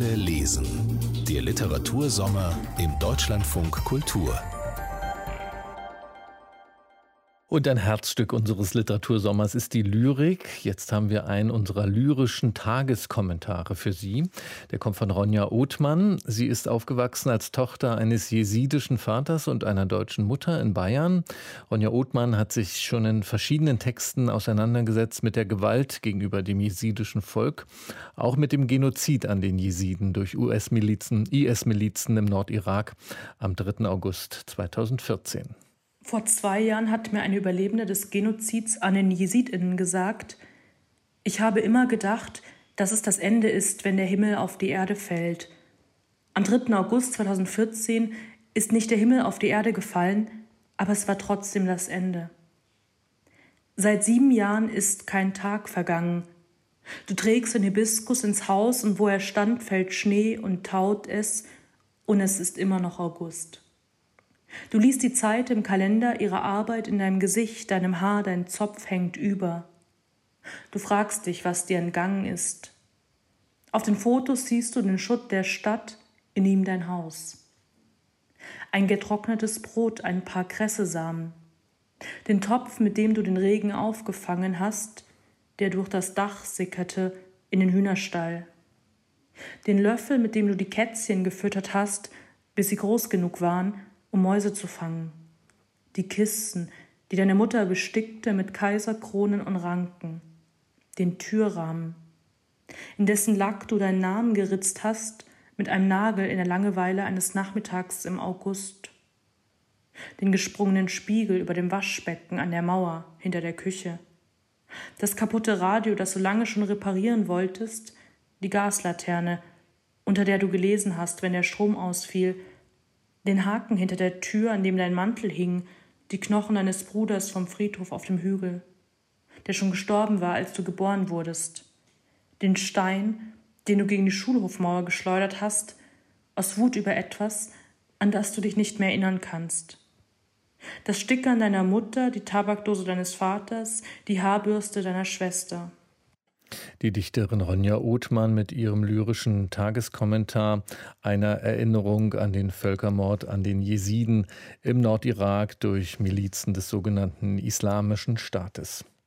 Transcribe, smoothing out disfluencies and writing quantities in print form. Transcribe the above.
Alle lesen. Der Literatursommer im Deutschlandfunk Kultur. Und ein Herzstück unseres Literatursommers ist die Lyrik. Jetzt haben wir einen unserer lyrischen Tageskommentare für Sie. Der kommt von Ronja Othmann. Sie ist aufgewachsen als Tochter eines jesidischen Vaters und einer deutschen Mutter in Bayern. Ronja Othmann hat sich schon in verschiedenen Texten auseinandergesetzt mit der Gewalt gegenüber dem jesidischen Volk, auch mit dem Genozid an den Jesiden durch IS-Milizen im Nordirak am 3. August 2014. Vor 2 Jahren hat mir eine Überlebende des Genozids an den JesidInnen gesagt: Ich habe immer gedacht, dass es das Ende ist, wenn der Himmel auf die Erde fällt. Am 3. August 2014 ist nicht der Himmel auf die Erde gefallen, aber es war trotzdem das Ende. Seit 7 Jahren ist kein Tag vergangen. Du trägst den Hibiskus ins Haus und wo er stand, fällt Schnee und taut es und es ist immer noch August. Du liest die Zeit im Kalender, ihre Arbeit in deinem Gesicht, deinem Haar, dein Zopf hängt über. Du fragst dich, was dir entgangen ist. Auf den Fotos siehst du den Schutt der Stadt, in ihm dein Haus. Ein getrocknetes Brot, ein paar Kressesamen. Den Topf, mit dem du den Regen aufgefangen hast, der durch das Dach sickerte in den Hühnerstall. Den Löffel, mit dem du die Kätzchen gefüttert hast, bis sie groß genug waren, um Mäuse zu fangen. Die Kisten, die deine Mutter bestickte mit Kaiserkronen und Ranken. Den Türrahmen, in dessen Lack du deinen Namen geritzt hast mit einem Nagel in der Langeweile eines Nachmittags im August. Den gesprungenen Spiegel über dem Waschbecken an der Mauer hinter der Küche. Das kaputte Radio, das du lange schon reparieren wolltest, die Gaslaterne, unter der du gelesen hast, wenn der Strom ausfiel, den Haken hinter der Tür, an dem dein Mantel hing, die Knochen deines Bruders vom Friedhof auf dem Hügel, der schon gestorben war, als du geboren wurdest, den Stein, den du gegen die Schulhofmauer geschleudert hast, aus Wut über etwas, an das du dich nicht mehr erinnern kannst. Das Stickern deiner Mutter, die Tabakdose deines Vaters, die Haarbürste deiner Schwester. Die Dichterin Ronja Othmann mit ihrem lyrischen Tageskommentar einer Erinnerung an den Völkermord an den Jesiden im Nordirak durch Milizen des sogenannten Islamischen Staates.